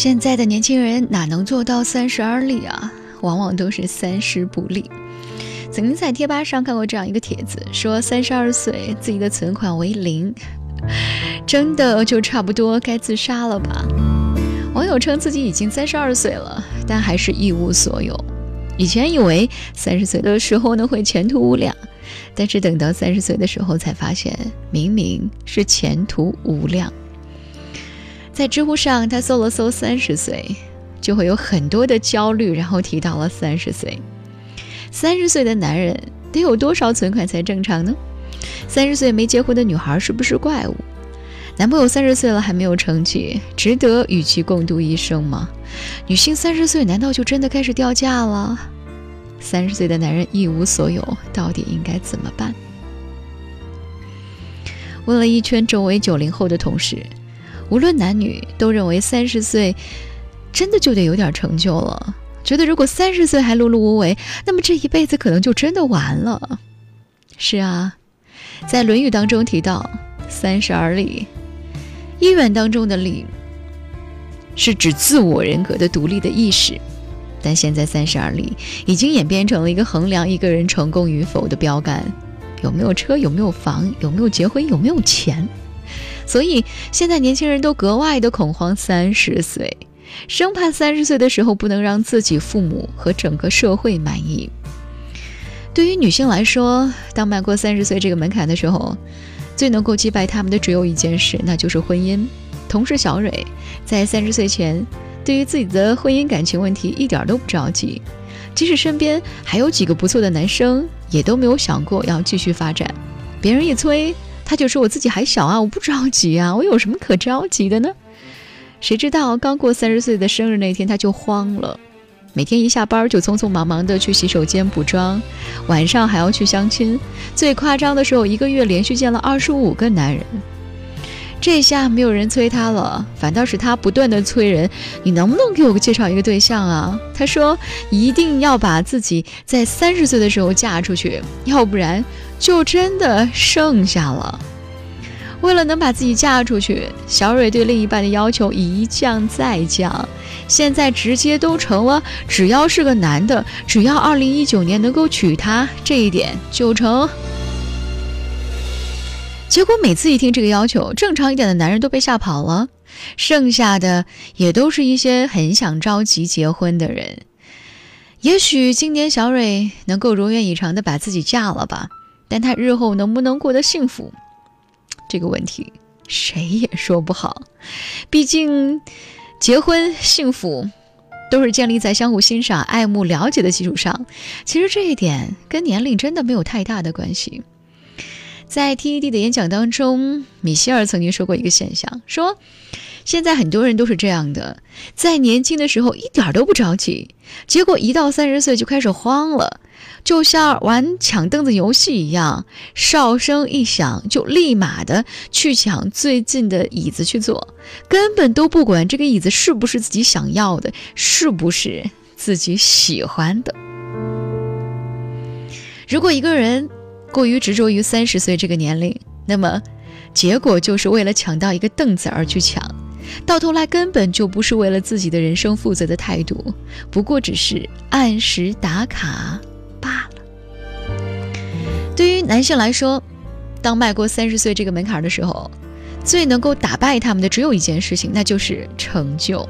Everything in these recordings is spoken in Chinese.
现在的年轻人哪能做到30而立啊，往往都是30不立。曾经在贴吧上看过这样一个帖子，说32岁自己的存款为0，真的就差不多该自杀了吧。网友称自己已经32岁了，但还是一无所有。以前以为30岁的时候呢会前途无量，但是等到30岁的时候才发现，明明是前途无量。在知乎上他搜了搜30岁，就会有很多的焦虑，然后提到了30岁。30岁的男人得有多少存款才正常呢？30岁没结婚的女孩是不是怪物？男朋友30岁了还没有成绩，值得与其共度一生吗？女性30岁难道就真的开始掉价了？30岁的男人一无所有，到底应该怎么办？问了一圈周围90后的同事，无论男女都认为30岁真的就得有点成就了，觉得如果30岁还碌碌无为，那么这一辈子可能就真的完了。是啊，在《论语》当中提到30而立，医院当中的立是指自我人格的独立的意识，但现在30而立已经演变成了一个衡量一个人成功与否的标杆，有没有车，有没有房，有没有结婚，有没有钱。所以现在年轻人都格外的恐慌30岁，生怕30岁的时候不能让自己、父母和整个社会满意。对于女性来说，当迈过30岁这个门槛的时候，最能够击败他们的只有一件事，那就是婚姻。同事小蕊在30岁前，对于自己的婚姻感情问题一点都不着急，即使身边还有几个不错的男生，也都没有想过要继续发展。别人一催，他就说我自己还小啊，我不着急啊，我有什么可着急的呢？谁知道刚过30岁的生日那天他就慌了，每天一下班就匆匆忙忙的去洗手间补妆，晚上还要去相亲，最夸张的时候1个月连续见了25个男人。这下没有人催他了，反倒是他不断的催人，你能不能给我介绍一个对象啊？他说一定要把自己在30岁的时候嫁出去，要不然就真的剩下了。为了能把自己嫁出去，小蕊对另一半的要求一降再降，现在直接都成了只要是个男的，只要2019年能够娶她，这一点就成。结果每次一听这个要求，正常一点的男人都被吓跑了，剩下的也都是一些很想着急结婚的人。也许今年小蕊能够如愿以偿的把自己嫁了吧，但她日后能不能过得幸福，这个问题谁也说不好。毕竟结婚幸福都是建立在相互欣赏、爱慕、了解的基础上，其实这一点跟年龄真的没有太大的关系。在 TED 的演讲当中，米歇尔曾经说过一个现象，说现在很多人都是这样的，在年轻的时候一点都不着急，结果一到30岁就开始慌了，就像玩抢凳子游戏一样，哨声一响就立马的去抢最近的椅子去坐，根本都不管这个椅子是不是自己想要的，是不是自己喜欢的。如果一个人过于执着于30岁这个年龄，那么结果就是为了抢到一个凳子而去抢，到头来根本就不是为了自己的人生负责的态度，不过只是按时打卡罢了。对于男性来说，当迈过30岁这个门槛的时候，最能够打败他们的只有一件事情，那就是成就。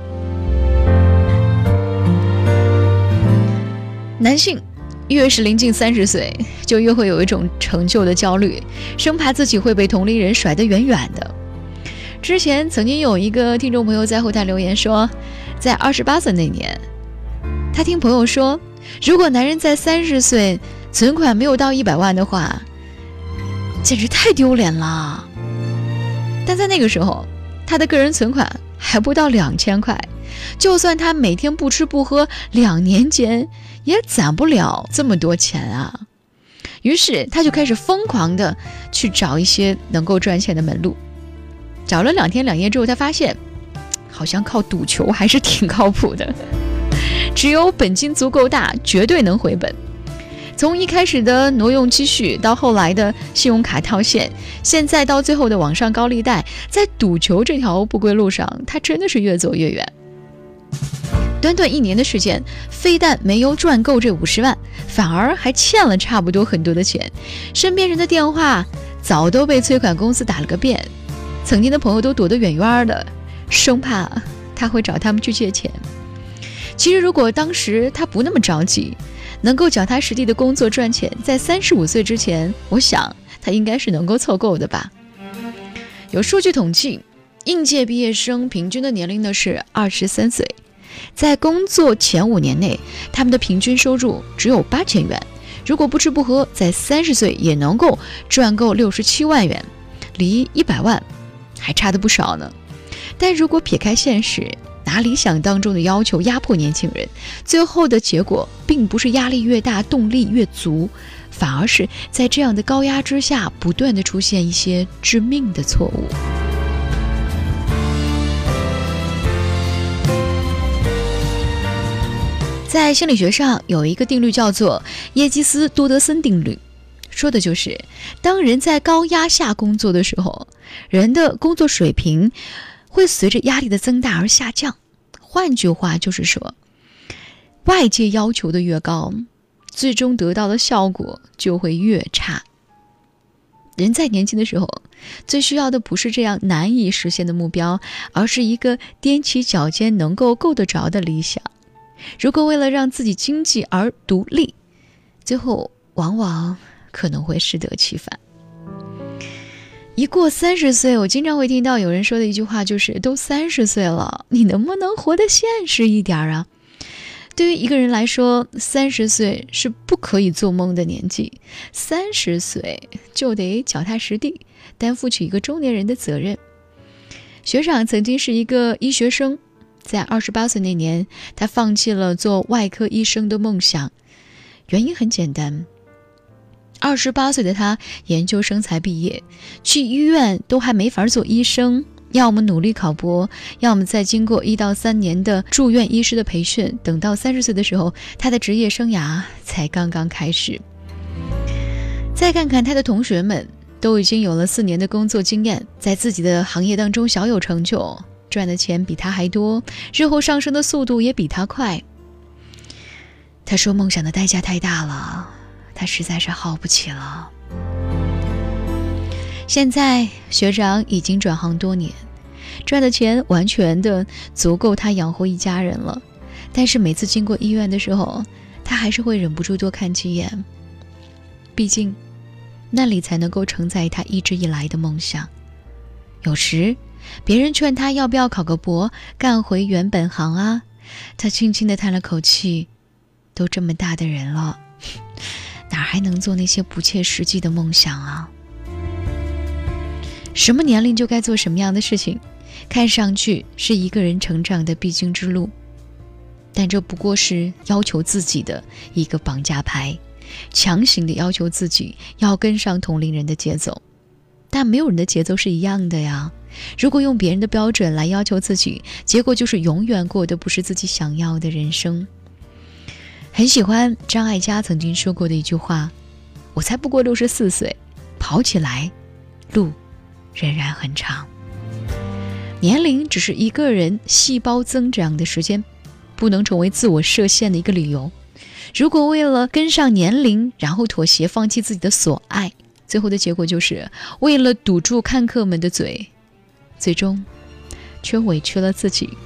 男性越是临近30岁，就越会有一种成就的焦虑，生怕自己会被同龄人甩得远远的。之前曾经有一个听众朋友在后台留言说，在28岁那年，他听朋友说，如果男人在30岁存款没有到100万的话，简直太丢脸了。但在那个时候，他的个人存款还不到2000块，就算他每天不吃不喝2年间也攒不了这么多钱啊。于是他就开始疯狂的去找一些能够赚钱的门路。找了2天2夜之后，他发现好像靠赌球还是挺靠谱的，只有本金足够大，绝对能回本。从一开始的挪用积蓄，到后来的信用卡套现，现在到最后的网上高利贷，在赌球这条不归路上，他真的是越走越远。 短短1年的时间，非但没有赚够这50万，反而还欠了差不多很多的钱。身边人的电话早都被催款公司打了个遍，曾经的朋友都躲得远远的，生怕他会找他们去借钱。其实如果当时他不那么着急，能够脚踏实地的工作赚钱，在35岁之前，我想他应该是能够凑够的吧。有数据统计，应届毕业生平均的年龄呢是23岁，在工作前5年内，他们的平均收入只有8000元，如果不吃不喝，在30岁也能够赚够67万元，离100万还差得不少呢。但如果撇开现实，拿理想当中的要求压迫年轻人，最后的结果并不是压力越大动力越足，反而是在这样的高压之下不断的出现一些致命的错误。在心理学上有一个定律叫做耶基斯多德森定律，说的就是当人在高压下工作的时候，人的工作水平会随着压力的增大而下降。换句话就是说，外界要求的越高，最终得到的效果就会越差。人在年轻的时候，最需要的不是这样难以实现的目标，而是一个踮起脚尖能够够得着的理想。如果为了让自己经济而独立，最后往往可能会适得其反。一过30岁，我经常会听到有人说的一句话，就是都30岁了，你能不能活得现实一点啊？对于一个人来说，30岁是不可以做梦的年纪，30岁就得脚踏实地，担负起一个中年人的责任。学长曾经是一个医学生，在28岁那年，他放弃了做外科医生的梦想，原因很简单。28岁的他研究生才毕业，去医院都还没法做医生，要么努力考博，要么再经过1到3年的住院医师的培训，等到30岁的时候，他的职业生涯才刚刚开始。再看看他的同学们，都已经有了4年的工作经验，在自己的行业当中小有成就，赚的钱比他还多，日后上升的速度也比他快。他说梦想的代价太大了，他实在是耗不起了。现在学长已经转行多年，赚的钱完全的足够他养活一家人了，但是每次经过医院的时候，他还是会忍不住多看几眼，毕竟那里才能够承载他一直以来的梦想。有时别人劝他要不要考个博，干回原本行啊，他轻轻地叹了口气，都这么大的人了，哪还能做那些不切实际的梦想啊？什么年龄就该做什么样的事情，看上去是一个人成长的必经之路，但这不过是要求自己的一个绑架牌，强行的要求自己要跟上同龄人的节奏。但没有人的节奏是一样的呀，如果用别人的标准来要求自己，结果就是永远过的不是自己想要的人生。很喜欢张艾嘉曾经说过的一句话，我才不过64岁，跑起来路仍然很长。年龄只是一个人细胞增长的时间，不能成为自我设限的一个理由。如果为了跟上年龄，然后妥协放弃自己的所爱，最后的结果就是为了堵住看客们的嘴，最终却委屈了自己。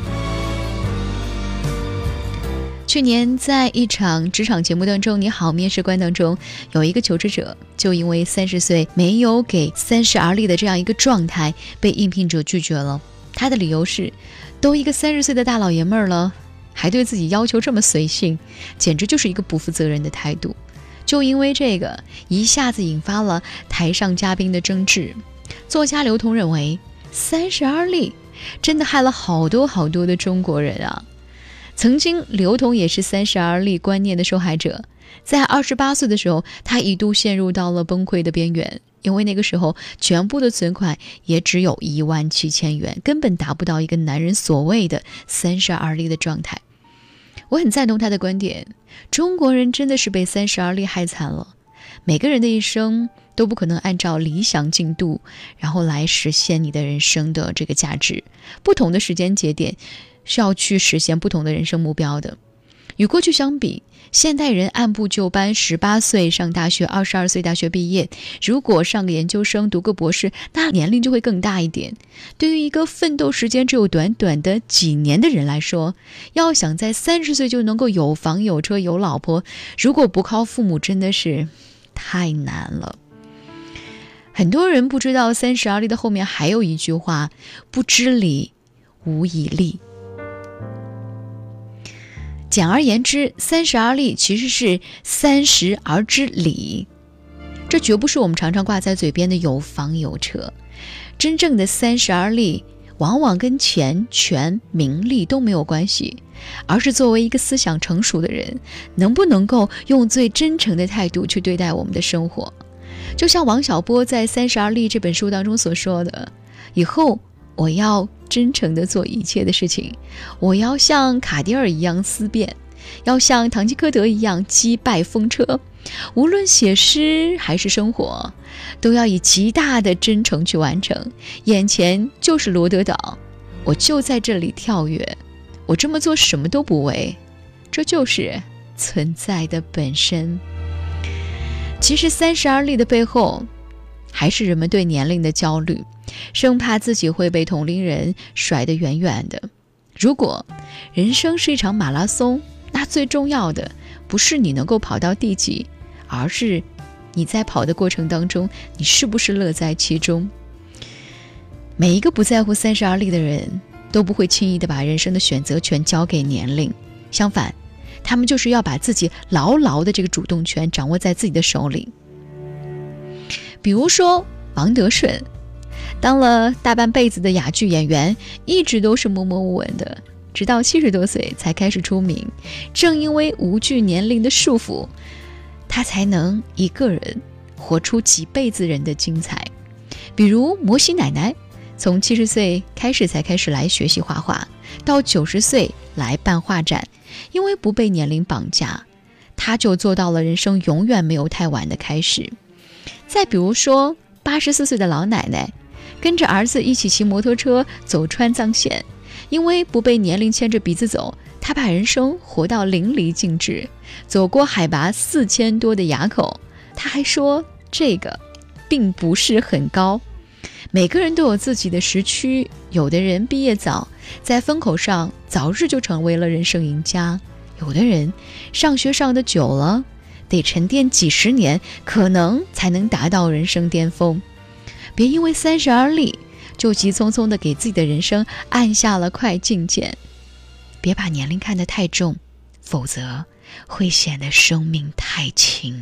去年在一场职场节目当中，你好面试官当中，有一个求职者就因为30岁没有给30而立的这样一个状态，被应聘者拒绝了。他的理由是，都一个30岁的大老爷们儿了，还对自己要求这么随性，简直就是一个不负责任的态度。就因为这个，一下子引发了台上嘉宾的争执。作家刘同认为，30而立真的害了好多好多的中国人啊。曾经刘同也是30而立观念的受害者，在28岁的时候，他一度陷入到了崩溃的边缘，因为那个时候全部的存款也只有17000元，根本达不到一个男人所谓的30而立的状态。我很赞同他的观点，中国人真的是被30而立害惨了。每个人的一生都不可能按照理想进度，然后来实现你的人生的这个价值。不同的时间节点是要去实现不同的人生目标的。与过去相比，现代人按部就班，18岁上大学，22岁大学毕业，如果上个研究生，读个博士，那年龄就会更大一点。对于一个奋斗时间只有短短的几年的人来说，要想在30岁就能够有房有车有老婆，如果不靠父母，真的是太难了。很多人不知道30而立的后面还有一句话，不知礼无以立。简而言之，30而立其实是30而知礼。这绝不是我们常常挂在嘴边的有房有车。真正的30而立，往往跟钱、权、名利都没有关系，而是作为一个思想成熟的人，能不能够用最真诚的态度去对待我们的生活。就像王小波在《30而立》这本书当中所说的，以后我要真诚地做一切的事情，我要像卡迪尔一样思辨，要像堂吉诃德一样击败风车，无论写诗还是生活，都要以极大的真诚去完成。眼前就是罗德岛，我就在这里跳跃，我这么做什么都不为，这就是存在的本身。其实30而立的背后，还是人们对年龄的焦虑，生怕自己会被同龄人甩得远远的。如果人生是一场马拉松，那最重要的不是你能够跑到第几，而是你在跑的过程当中，你是不是乐在其中。每一个不在乎30而立的人，都不会轻易的把人生的选择权交给年龄，相反，他们就是要把自己牢牢的这个主动权掌握在自己的手里。比如说王德顺，当了大半辈子的哑剧演员，一直都是默默无闻的，直到70多岁才开始出名。正因为无惧年龄的束缚，他才能一个人活出几辈子人的精彩。比如摩西奶奶，从70岁才开始来学习画画，到90岁来办画展，因为不被年龄绑架，他就做到了人生永远没有太晚的开始。再比如说84岁的老奶奶，跟着儿子一起骑摩托车走川藏线，因为不被年龄牵着鼻子走，他把人生活到淋漓尽致，走过海拔4000多的垭口，他还说这个并不是很高。每个人都有自己的时区，有的人毕业早，在风口上早日就成为了人生赢家，有的人上学上得久了，得沉淀几十年，可能才能达到人生巅峰。别因为30而立，就急匆匆地给自己的人生按下了快进键。别把年龄看得太重，否则会显得生命太轻。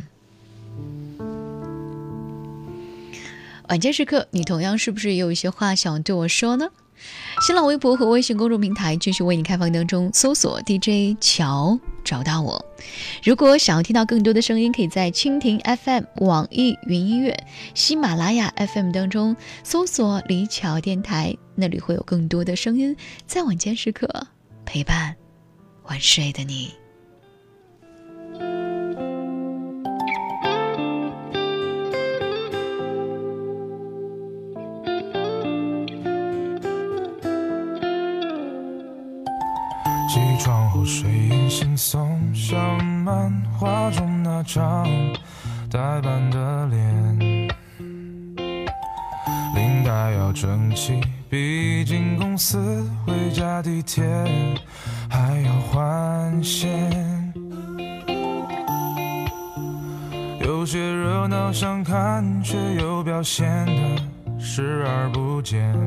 晚间时刻，你同样是不是也有一些话想对我说呢？新浪微博和微信公众平台继续为你开放当中，搜索 DJ 乔找到我。如果想要听到更多的声音，可以在蜻蜓 FM、 网易云音乐、喜马拉雅 FM 当中搜索李巧电台，那里会有更多的声音在晚间时刻陪伴晚睡的你。 起床后睡眼惺忪，像漫画中那张呆板的脸，领带要整齐，毕竟公司回家地铁还要换线，有些热闹想看，却又表现得视而不见。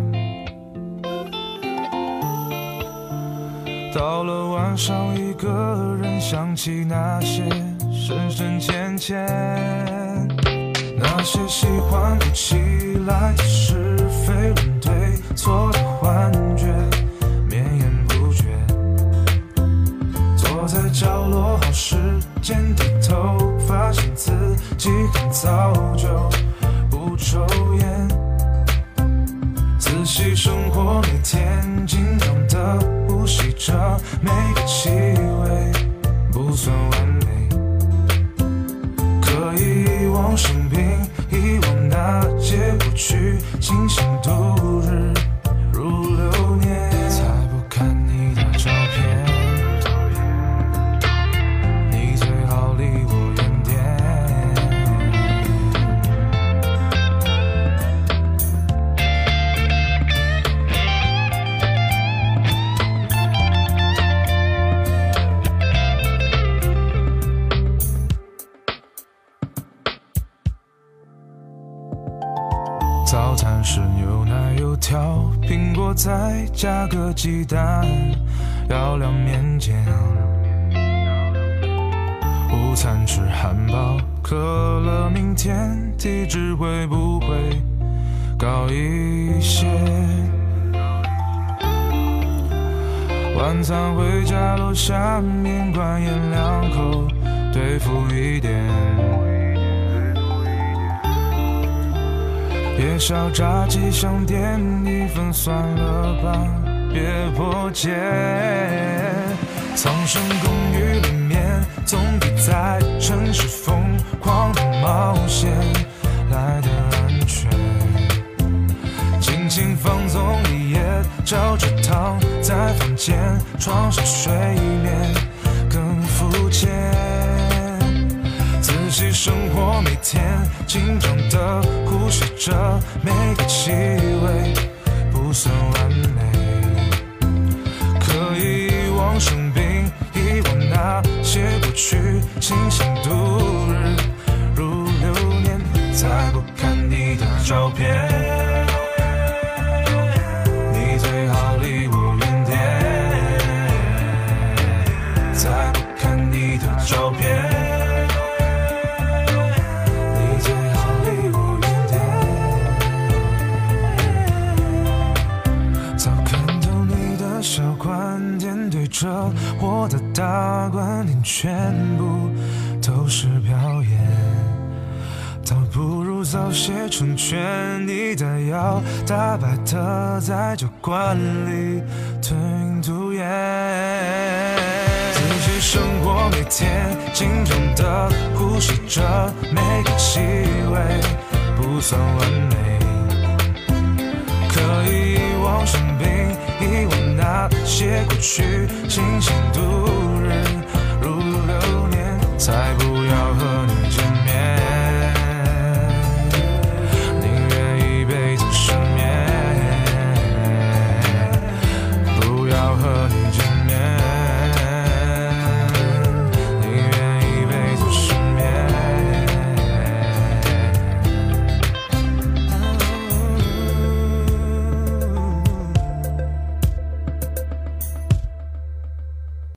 到了晚上，一个人想起那些深深浅浅，那些喜欢不起来的是非论对错的幻觉，绵延不绝。坐在角落好时间低头，发现自己很早就不抽烟。仔细生活，每天紧张的呼吸着每个气味，不算完美。可以遗忘生病，遗忘那些过去，清醒度日如流年。才不看你的有奶油条，苹果再加个鸡蛋，要两面煎。午餐吃汉堡，可乐明天体脂会不会高一些？晚餐回家楼下面馆咽2口，对付一点。夜宵炸鸡想点一份，算了吧，别破戒。苍生公寓里面，总比在城市疯狂的冒险来的安全。尽情放纵一夜，照着躺在房间，床上睡眠更肤浅。仔细生活每天，紧张的呼吸着每个气味，不算完美。可以遗忘生病，遗忘那些过去，清醒度日如流年。再不看你的照片，你最好离我远点。再不看你的照片，小观点对着我的大观点，全部都是表演。倒不如早些成全你的腰，大白的在酒馆里吞云吐烟。仔细生活每天，紧张的呼吸着每个气味，不算完美。可以遗忘生病，遗忘那些过去，清醒度日如流年。才不要和